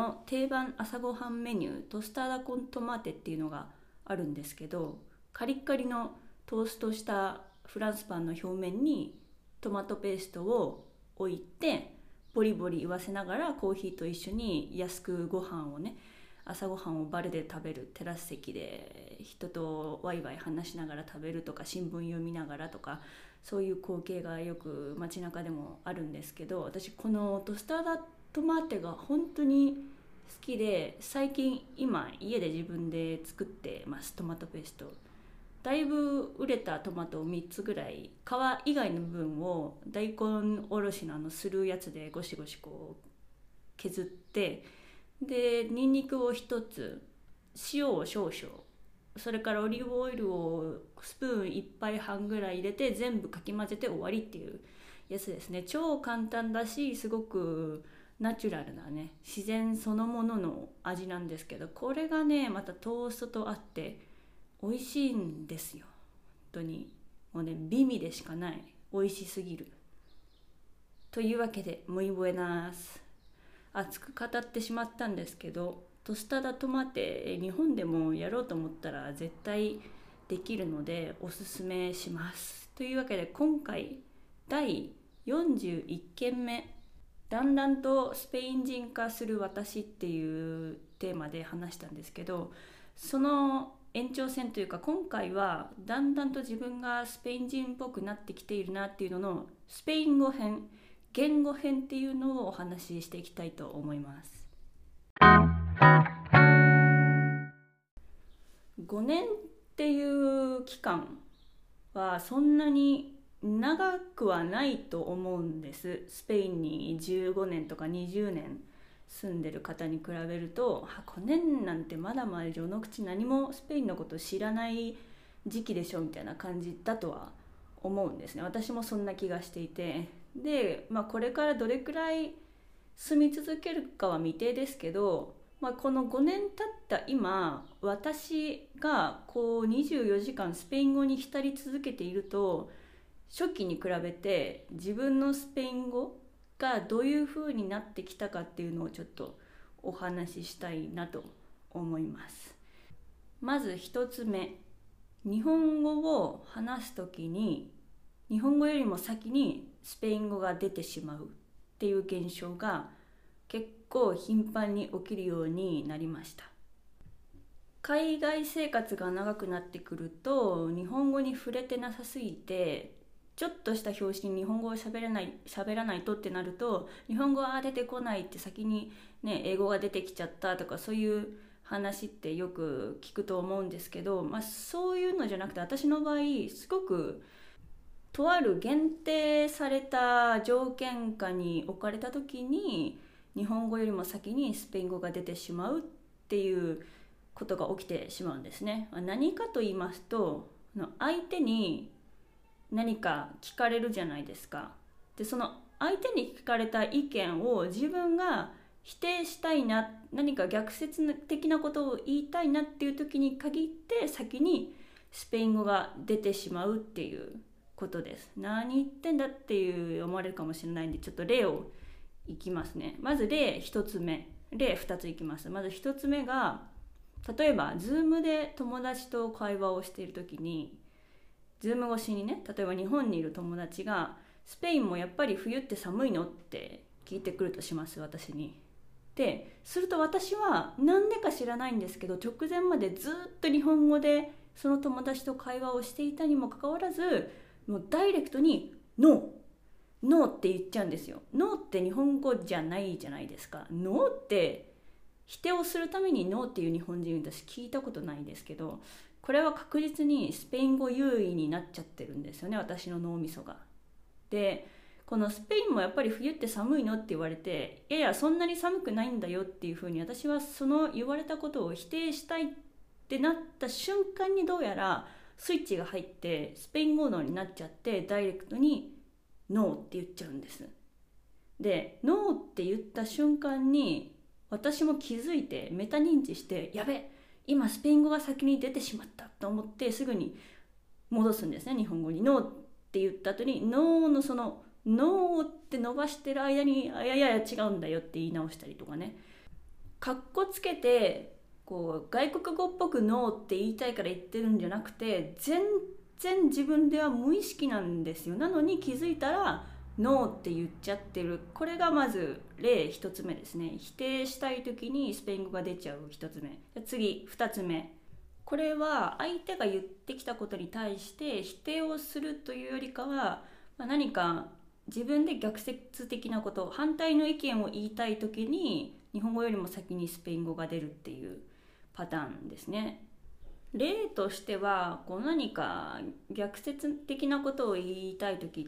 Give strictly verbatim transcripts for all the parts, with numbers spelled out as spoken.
の定番朝ごはんメニュートスターダコントマテっていうのがあるんですけど、カリッカリのトーストしたフランスパンの表面にトマトペーストを置いてボリボリ言わせながらコーヒーと一緒に安くご飯をね、朝ごはんをバルで食べる、テラス席で人とワイワイ話しながら食べるとか、新聞読みながらとか、そういう光景がよく街中でもあるんですけど、私このトスターダトマテが本当に好きで、最近今家で自分で作ってます。トマトペーストだいぶ売れたトマトをみっつぐらい、皮以外の部分を大根おろしのあのするやつでゴシゴシこう削って、でニンニクをひとつ、塩を少々、それからオリーブオイルをスプーンいっぱいはんぐらい入れて全部かき混ぜて終わりっていうやつですね。超簡単だし、すごくナチュラルなね、自然そのものの味なんですけど、これがねまたトーストと合って美味しいんですよ。本当にもうね、美味でしかない、美味しすぎる。というわけでムイブエナース、熱く語ってしまったんですけど、トスタダトマテ日本でもやろうと思ったら絶対できるのでおすすめします。というわけで今回だいよんじゅういっけんめ、だんだんとスペイン人化する私っていうテーマで話したんですけど、その延長線というか、今回はだんだんと自分がスペイン人っぽくなってきているなっていうののスペイン語編、言語編っていうのをお話ししていきたいと思います。ごねんっていう期間はそんなに長くはないと思うんです。スペインにじゅうごねんとかにじゅうねん住んでる方に比べると、ごねんなんてまだまだ序の口、何もスペインのこと知らない時期でしょみたいな感じだとは思うんですね。私もそんな気がしていて、で、まあ、これからどれくらい住み続けるかは未定ですけど、まあ、このごねん経った今、私がこうにじゅうよじかんスペイン語に浸り続けていると、初期に比べて自分のスペイン語がどういう風になってきたかっていうのをちょっとお話ししたいなと思います。まず一つ目、日本語を話すときに日本語よりも先にスペイン語が出てしまうっていう現象が結構頻繁に起きるようになりました。海外生活が長くなってくると、日本語に触れてなさすぎて、ちょっとした拍子に日本語を喋らない喋らないとってなると、日本語は出てこないって先にね、英語が出てきちゃったとか、そういう話ってよく聞くと思うんですけど、まあ、そういうのじゃなくて、私の場合すごくとある限定された条件下に置かれた時に日本語よりも先にスペイン語が出てしまうっていうことが起きてしまうんですね。何かと言いますと、相手に何か聞かれるじゃないですか。で、その相手に聞かれた意見を自分が否定したいな、何か逆説的なことを言いたいなっていう時に限って先にスペイン語が出てしまうっていうことです。何言ってんだっていう思われるかもしれないんで、ちょっと例をいきますね。まず例ひとつめ、例ふたついきます。まずひとつめが、例えば Zoom で友達と会話をしているときに、Zoom 越しにね、例えば日本にいる友達がスペインもやっぱり冬って寒いのって聞いてくるとします、私に。ですると私は何でか知らないんですけど、直前までずっと日本語でその友達と会話をしていたにもかかわらず、もうダイレクトにノーノーって言っちゃうんですよ。ノーって日本語じゃないじゃないですか。ノーって否定をするためにノーっていう日本人、私聞いたことないですけど、これは確実にスペイン語優位になっちゃってるんですよね、私の脳みそが。で、このスペインもやっぱり冬って寒いのって言われて、いやいやそんなに寒くないんだよっていうふうに、私はその言われたことを否定したいってなった瞬間にどうやらスイッチが入ってスペイン語脳になっちゃって、ダイレクトにノーって言っちゃうんです。で、ノーって言った瞬間に私も気づいてメタ認知して、やべ、今スペイン語が先に出てしまったと思ってすぐに戻すんですね、日本語に。ノーって言った後にノーのそのノーって伸ばしてる間に、あややや違うんだよって言い直したりとかね。 かっこつけてこう外国語っぽくノーって言いたいから言ってるんじゃなくて、全然自分では無意識なんですよ。なのに気づいたらノーって言っちゃってる。これがまず例一つ目ですね。否定したい時にスペイン語が出ちゃう一つ目。次二つ目、これは相手が言ってきたことに対して否定をするというよりかは、まあ、何か自分で逆説的なこと、反対の意見を言いたい時に日本語よりも先にスペイン語が出るっていうパターンですね。例としては、こう何か逆説的なことを言いたい時って、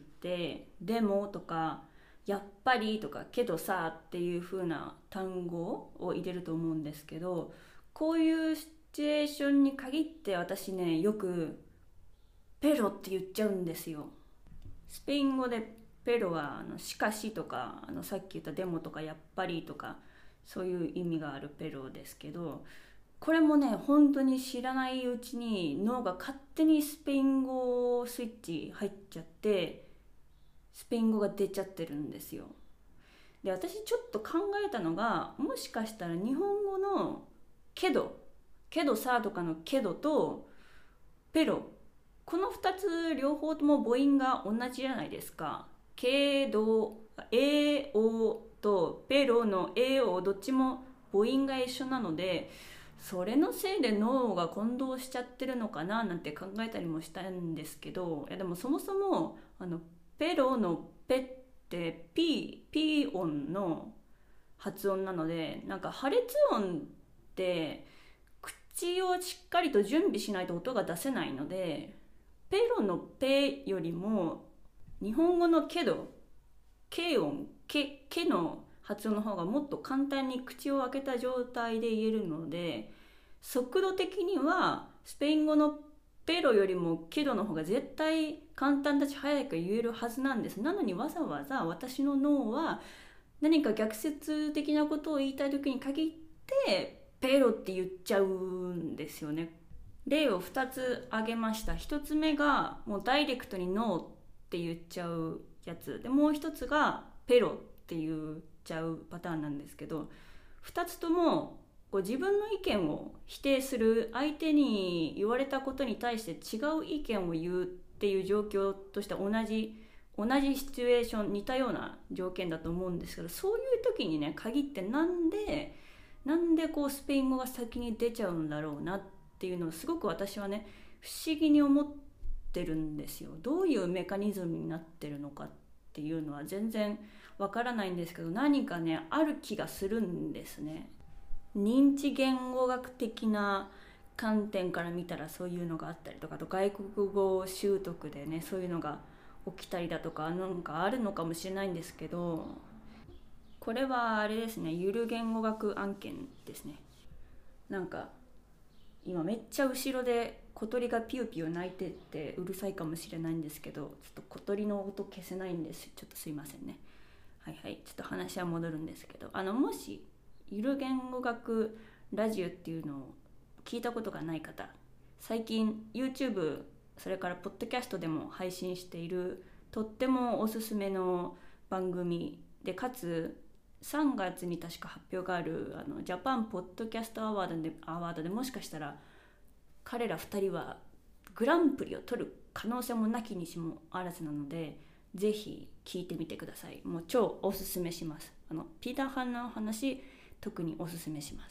でもとかやっぱりとかけどさっていう風な単語を入れると思うんですけど、こういうシチュエーションに限って私ね、よくペロって言っちゃうんですよ。スペイン語でペロはあのしかしとか、あのさっき言ったでもとかやっぱりとか、そういう意味があるペロですけど、これもね、本当に知らないうちに脳が勝手にスペイン語スイッチ入っちゃってスペイン語が出ちゃってるんですよ。で、私ちょっと考えたのが、もしかしたら日本語のけどけどさとかのけどとペロ、このふたつ両方とも母音が同じじゃないですか。けど、えおとペロのえおどっちも母音が一緒なので、それのせいで脳が混同しちゃってるのかななんて考えたりもしたんですけど、いやでもそもそもあのペロのペってピー、ピー音の発音なので、なんか破裂音って口をしっかりと準備しないと音が出せないので、ペロのペよりも日本語のけど、け音、け、けの発音の方がもっと簡単に口を開けた状態で言えるので、速度的にはスペイン語のペロよりもけどの方が絶対簡単だし早く言えるはずなんです。なのにわざわざ私の脳は何か逆説的なことを言いたい時に限ってペロって言っちゃうんですよね。例をふたつ挙げました。ひとつめがもうダイレクトにノーって言っちゃうやつで、もう一つがペロって言っちゃうパターンなんですけど、ふたつともこう自分の意見を否定する、相手に言われたことに対して違う意見を言うっていう状況として同じ同じシチュエーション、似たような条件だと思うんですけど、そういう時にね限ってなんでなんでこうスペイン語が先に出ちゃうんだろうなっていうのをすごく私はね不思議に思ってるんですよ。どういうメカニズムになってるのかっていうのは全然わからないんですけど、何かねある気がするんですね。認知言語学的な観点から見たらそういうのがあったりとか、あと外国語習得でねそういうのが起きたりだとかなんかあるのかもしれないんですけど、これはあれですね、ゆる言語学案件ですね。なんか今めっちゃ後ろで小鳥がピューピュー鳴いてってうるさいかもしれないんですけど、ちょっと小鳥の音消せないんです。ちょっとすいませんね。はいはい、ちょっと話は戻るんですけど、あのもしゆる言語学ラジオっていうのを聞いたことがない方、最近 YouTube それからポッドキャストでも配信しているとってもおすすめの番組で、かつさんがつに確か発表があるあのジャパンポッドキャストアワードでアワードでもしかしたら彼らふたりはグランプリを取る可能性もなきにしもあらずなので、ぜひ聞いてみてください。もう超おすすめします。あのピーター・ハンの話特におすすめします。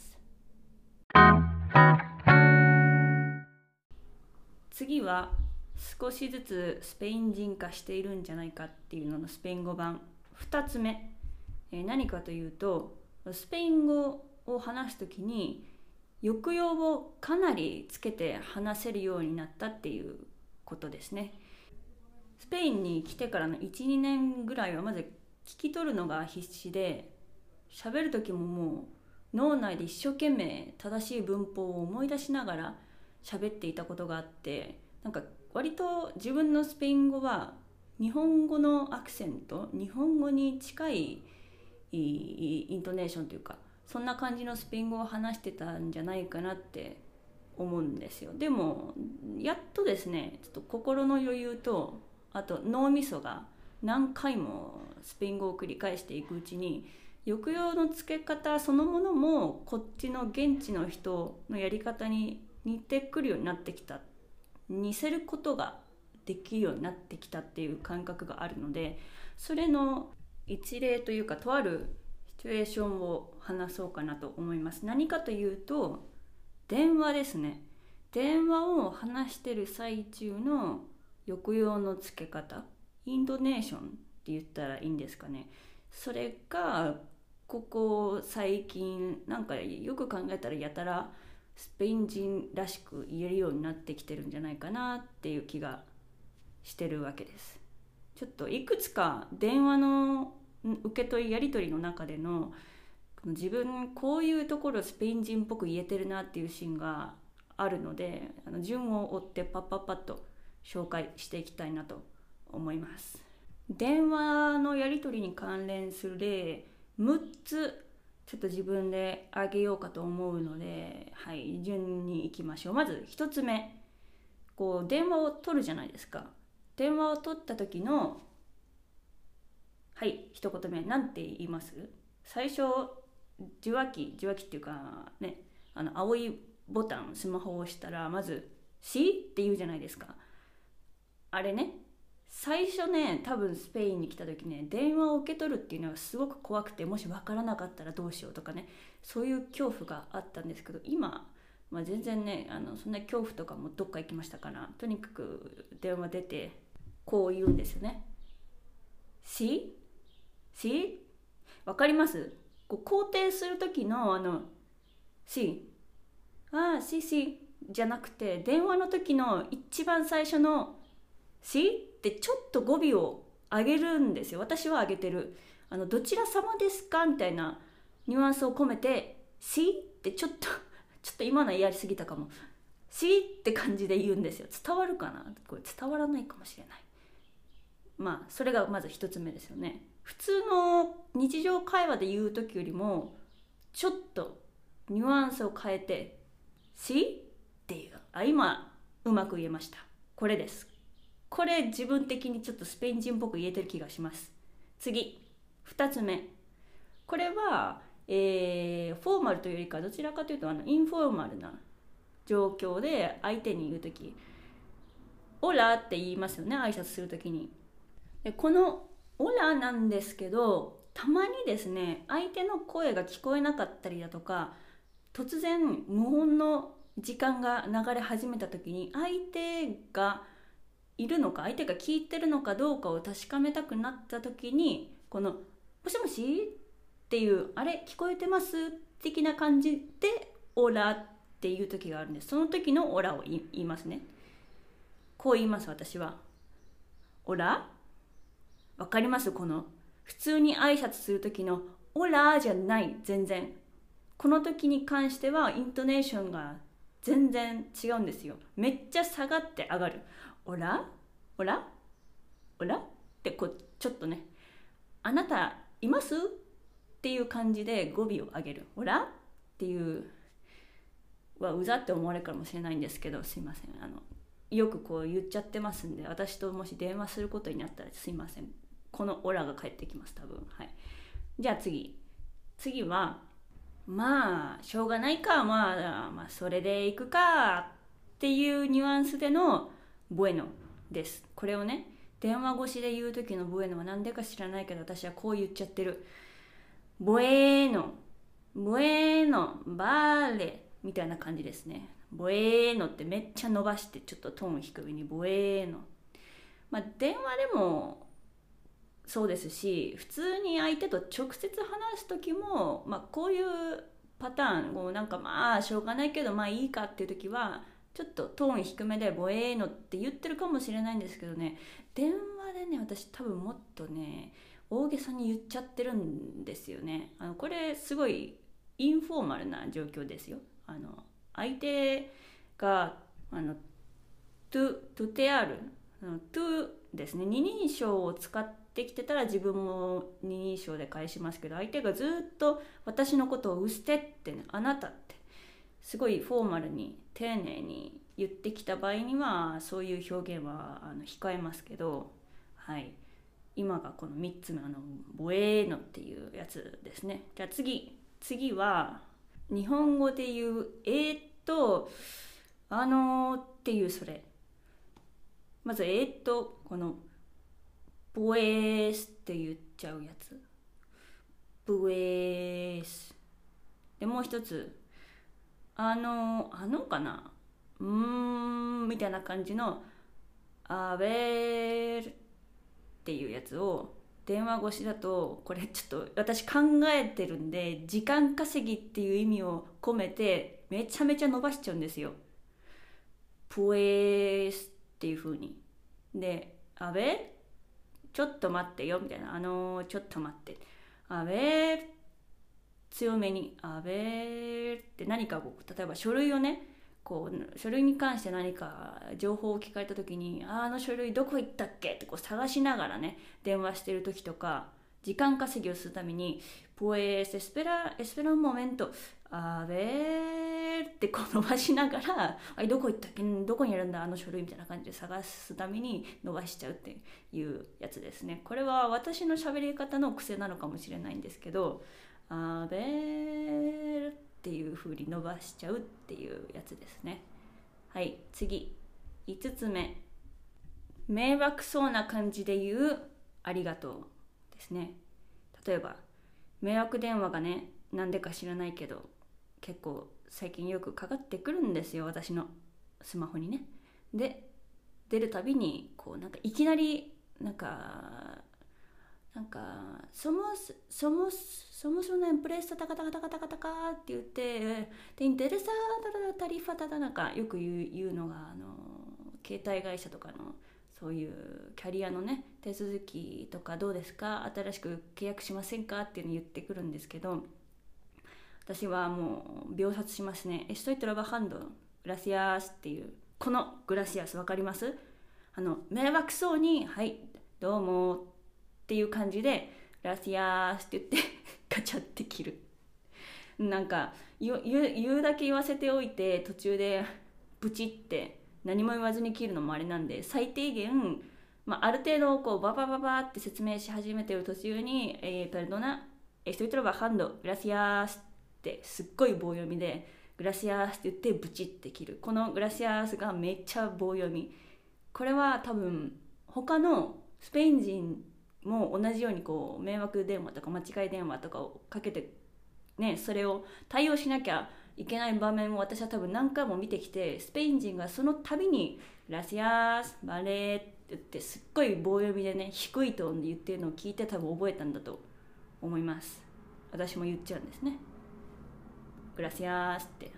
次は少しずつスペイン人化しているんじゃないかっていうののスペイン語版ふたつめ、えー、何かというと、スペイン語を話すときに抑揚をかなりつけて話せるようになったっていうことですね。スペインに来てからの いちにねんぐらいはまず聞き取るのが必死で、喋る時ももう脳内で一生懸命正しい文法を思い出しながら喋っていたことがあって、なんか割と自分のスペイン語は日本語のアクセント、日本語に近いイントネーションというか、そんな感じのスペイン語を話してたんじゃないかなって思うんですよ。でもやっとですね、ちょっと心の余裕とあと脳みそが何回もスペイン語を繰り返していくうちに抑揚のつけ方そのものもこっちの現地の人のやり方に似てくるようになってきた、似せることができるようになってきたっていう感覚があるので、それの一例というかとあるシチュエーションを話そうかなと思います。何かというと電話ですね。電話を話してる最中の抑揚のつけ方、イントネーションって言ったらいいんですかね。それがここ最近なんかよく考えたらやたらスペイン人らしく言えるようになってきてるんじゃないかなっていう気がしてるわけです。ちょっといくつか電話の受け取りやり取りの中での自分こういうところスペイン人っぽく言えてるなっていうシーンがあるので、あの順を追ってパッパッパッと紹介していきたいなと思います。電話のやり取りに関連する例むっつちょっと自分であげようかと思うので、はい、順にいきましょう。まずひとつめ、こう電話を取るじゃないですか。電話を取った時のはい一言目なんて言います？最初受話器受話器っていうかね、あの青いボタンスマホを押したらまず「し」って言うじゃないですか。あれね、最初ね、多分スペインに来た時ね、電話を受け取るっていうのがすごく怖くて、もし分からなかったらどうしようとかね、そういう恐怖があったんですけど、今、まあ、全然ね、あのそんな恐怖とかもどっか行きましたから、とにかく電話出てこう言うんですよね。しし分かります？こう肯定する時のあのしああししじゃなくて、電話の時の一番最初のしってちょっと語尾を上げるんですよ。私は上げてる。あのどちら様ですかみたいなニュアンスを込めてしってちょっとちょっと今のやりすぎたかも。しって感じで言うんですよ。伝わるかな？これ伝わらないかもしれない。まあそれがまず一つ目ですよね。普通の日常会話で言う時よりもちょっとニュアンスを変えてしっていう、あ、今うまく言えました。これです。これ自分的にちょっとスペイン人っぽく言えてる気がします。次、ふたつめ、これは、えー、フォーマルというよりかどちらかというとあのインフォーマルな状況で相手に言うとき、オラって言いますよね、挨拶するときに。でこのオラなんですけど、たまにですね、相手の声が聞こえなかったりだとか、突然無音の時間が流れ始めた時に、相手がいるのか相手が聞いてるのかどうかを確かめたくなった時に、この「もしもし?」っていう「あれ聞こえてます?」的な感じで「オラ」っていう時があるんです。その時の「オラ」を言いますね。こう言います、私は。オラ？わかります？この普通に挨拶する時のオラじゃない、全然。この時に関してはイントネーションが全然違うんですよ。めっちゃ下がって上がる。オラオラオラってこうちょっとね、あなたいますっていう感じで語尾を上げる。オラっていうはうざって思われるかもしれないんですけど、すいません、あのよくこう言っちゃってますんで、私ともし電話することになったらすいません、このオラが返ってきます多分。はい、じゃあ次次はまあしょうがないか、まあ、まあそれでいくかっていうニュアンスでのブエノです。これをね、電話越しで言う時のブエノは何でか知らないけど、私はこう言っちゃってる。ブエノブエノバーレみたいな感じですね。ブエノってめっちゃ伸ばしてちょっとトーン低めにブエノ。まあ電話でもそうですし、普通に相手と直接話す時も、まあ、こういうパターンをなんかまあしょうがないけどまあいいかっていう時はちょっとトーン低めでボエーノって言ってるかもしれないんですけどね、電話でね、私多分もっとね大げさに言っちゃってるんですよね。あのこれすごいインフォーマルな状況ですよ。あの相手があのトゥトゥテアールトゥですね、二人称を使ってきてたら自分も二人称で返しますけど、相手がずっと私のことを「うして」ってね、あなたってすごいフォーマルに丁寧に言ってきた場合にはそういう表現はあの控えますけど、はい、 今がこのみっつめ、あのボエーノっていうやつですね。じゃあ次次は日本語で言うえー、っとあのー、っていうそれ。まずえー、っとこのボエースって言っちゃうやつ。ボエースで、もう一つあのあのかな、うーんみたいな感じのアベールっていうやつを電話越しだと、これちょっと私考えてるんで時間稼ぎっていう意味を込めてめちゃめちゃ伸ばしちゃうんですよ。プエースっていう風に。で、アベちょっと待ってよみたいな、あのー、ちょっと待って、アベー強めにアベーって何かこう例えば書類をね、こう書類に関して何か情報を聞かれた時に、あの書類どこ行ったっけってこう探しながらね電話してる時とか、時間稼ぎをするためにPues espera espera un momento a verってこう伸ばしながら、あどこ行ったっけ、どこにあるんだあの書類みたいな感じで探すために伸ばしちゃうっていうやつですね。これは私の喋り方の癖なのかもしれないんですけど、あべーっていう風に伸ばしちゃうっていうやつですね。はい、次いつつめ、迷惑そうな感じで言うありがとうですね。例えば迷惑電話がね、なんでか知らないけど結構最近よくかかってくるんですよ、私のスマホにね。で出るたびにこうなんかいきなりなんかなんかsomos somos somos una empresaタカタカタカタカタカって言って、でインテレサータリファタタなんかよく言う言うのが、あの携帯会社とかのそういうキャリアのね手続きとかどうですか、新しく契約しませんかっていうの言ってくるんですけど、私はもう秒殺しますね。Estoy trabajando graciasっていうこのグラシアスわかります？あの迷惑そうにはいどうもっていう感じでラシアスって言ってガチャって切る。なんか言う、言うだけ言わせておいて途中でブチって何も言わずに切るのもあれなんで、最低限、まあ、ある程度こうババババって説明し始めてる途中に「えー、perdona estoy trabajando gracias」ってすっごい棒読みでグラシアスって言ってブチって切る。このグラシアスがめっちゃ棒読み。これは多分他のスペイン人も同じようにこう迷惑電話とか間違い電話とかをかけてね、それを対応しなきゃいけない場面を私は多分何回も見てきて、スペイン人がその度に「グラシアスバレー」って言ってすっごい棒読みでね低いトーンで言ってるのを聞いて多分覚えたんだと思います。私も言っちゃうんですね、グラシアスって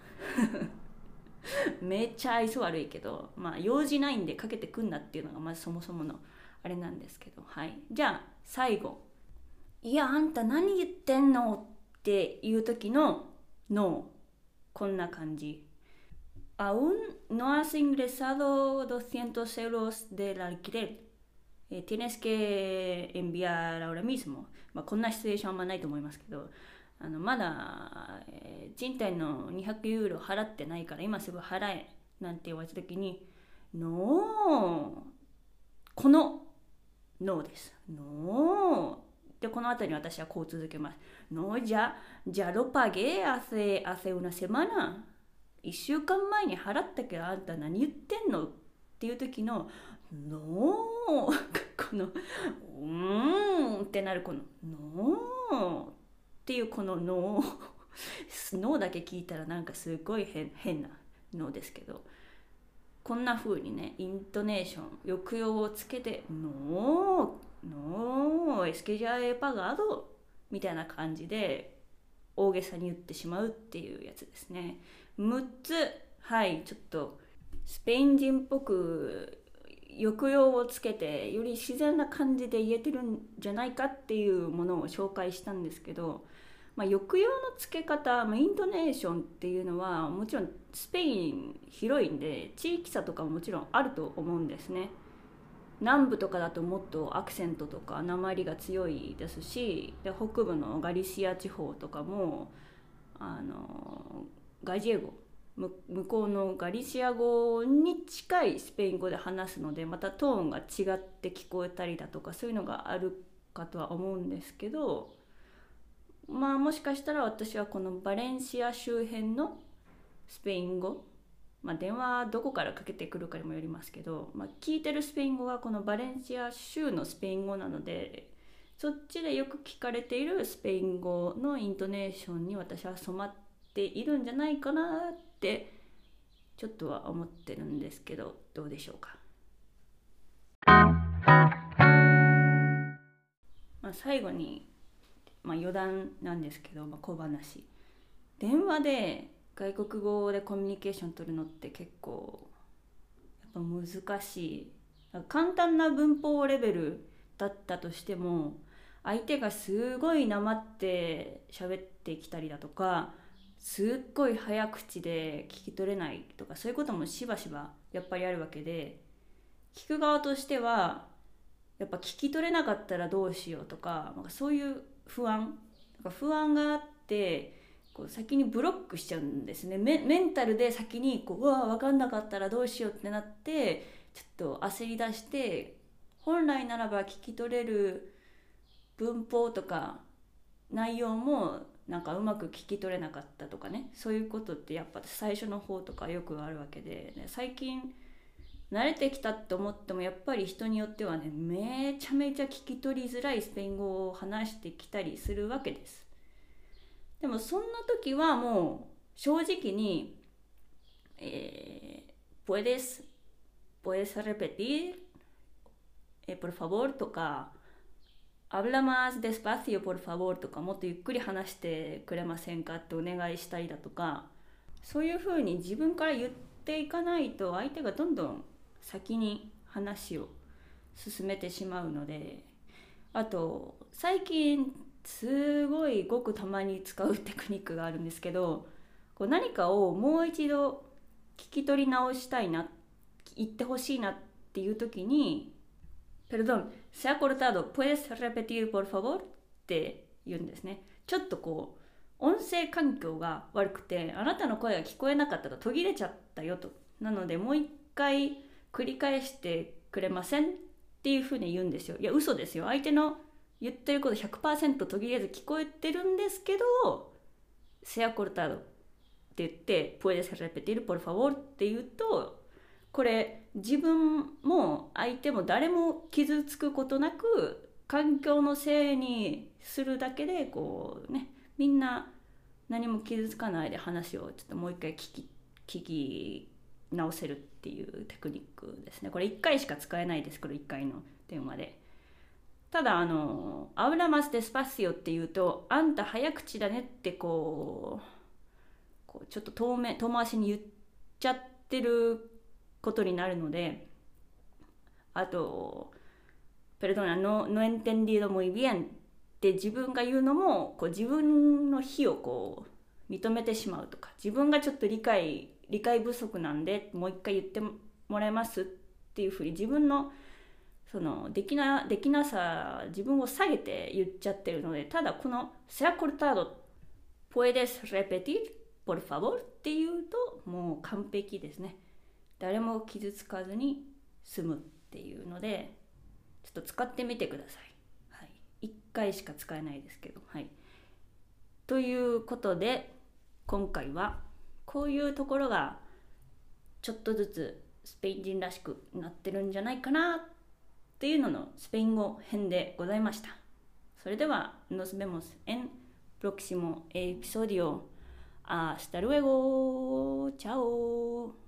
めっちゃ愛想悪いけど、まあ用事ないんでかけてくんなっていうのがまずそもそものあれなんですけど、はい。じゃあ最後、いやあんた何言ってんのっていう時のノー、こんな感じ。Aún no has ingresado doscientos euros del alquiler. Eh, tienes que enviar ahora mismo. まあこんなシチュエーションあんまないと思いますけど、あのまだ、えー、賃貸のにひゃくユーロ払ってないから今すぐ払えなんて言われた時に、ノー、このノーです。ノーで、この後に私はこう続けます。ノーじゃ、じゃlo pagué hace, hace una semana。いっしゅうかんまえに払ったけどあんた何言ってんのっていう時のノーこのうーんってなるこのノーっていうこのノーノーだけ聞いたらなんかすごい 変, 変なノーですけど、こんな風にねイントネーション抑揚をつけてノーノーエスケジャーエパガードみたいな感じで大げさに言ってしまうっていうやつですね。むっつ、はい、ちょっとスペイン人っぽく抑揚をつけてより自然な感じで言えてるんじゃないかっていうものを紹介したんですけど、まあ、抑揚のつけ方、まあ、イントネーションっていうのはもちろんスペイン広いんで地域差とかももちろんあると思うんですね。南部とかだともっとアクセントとか訛りが強いですし、で北部のガリシア地方とかもあのガジェゴ向こうのガリシア語に近いスペイン語で話すので、またトーンが違って聞こえたりだとかそういうのがあるかとは思うんですけど、まあもしかしたら私はこのバレンシア周辺のスペイン語、まあ電話どこからかけてくるかにもよりますけど、まあ、聞いてるスペイン語がこのバレンシア州のスペイン語なので、そっちでよく聞かれているスペイン語のイントネーションに私は染まっているんじゃないかなってちょっとは思ってるんですけど、どうでしょうか。まあ、最後に、まあ、余談なんですけど、まあ、小話。電話で外国語でコミュニケーション取るのって結構やっぱ難しい。簡単な文法レベルだったとしても、相手がすごいなまって喋ってきたりだとか、すっごい早口で聞き取れないとか、そういうこともしばしばやっぱりあるわけで、聞く側としてはやっぱ聞き取れなかったらどうしようとか、なんかそういう不安なんか不安があって、こう先にブロックしちゃうんですね。 メ, メンタルで先にこう、うわ分かんなかったらどうしようってなって、ちょっと焦り出して、本来ならば聞き取れる文法とか内容もなんかうまく聞き取れなかったとかね、そういうことってやっぱ最初の方とかよくあるわけで、ね、最近慣れてきたって思ってもやっぱり人によってはね、めちゃめちゃ聞き取りづらいスペイン語を話してきたりするわけです。でもそんな時はもう正直に、えー、puedes puedes repetir、eh, por favor とか、habla más despacio por favor とか、もっとゆっくり話してくれませんかってお願いしたりだとか、そういうふうに自分から言っていかないと相手がどんどん先に話を進めてしまうので、あと最近すごいごくたまに使うテクニックがあるんですけど、こう何かをもう一度聞き取り直したいな、言ってほしいなっていう時に、Perdón, se ha cortado, ¿puedes repetir por favor? って言うんですね。ちょっとこう音声環境が悪くて、あなたの声が聞こえなかったと、途切れちゃったよと、なのでもう一回繰り返してくれませんっていうふうに言うんですよ。いや嘘ですよ、相手の言ってること ひゃくパーセント 途切れず聞こえてるんですけど、se ha cortado って言って puedes repetir por favor って言うと、これ自分も相手も誰も傷つくことなく、環境のせいにするだけでこうね、みんな何も傷つかないで話をちょっともう一回聞き聞き直せるっていうテクニックですね。これいっかいしか使えないです、これいっかいの電話で。ただあの「habla más despacio」っていうと、あんた早口だねってこう、こうちょっと遠目遠回しに言っちゃってることになるので、あと「Perdona, no, no he entendido muy bien」って自分が言うのも、こう自分の非をこう認めてしまうとか、自分がちょっと理解理解不足なんでもう一回言ってもらえますっていうふうに、自分のそのできなできなさ、自分を下げて言っちゃってるので、ただこの「se ha cortado, puedes repetir por favor」っていうともう完璧ですね。誰も傷つかずに済むっていうので、ちょっと使ってみてください。はい、いっかいしか使えないですけど、はい。ということで今回はこういうところがちょっとずつスペイン人らしくなってるんじゃないかなっていうののスペイン語編でございました。それでは nos vemos en próximo episodio. Hasta luego. Chao.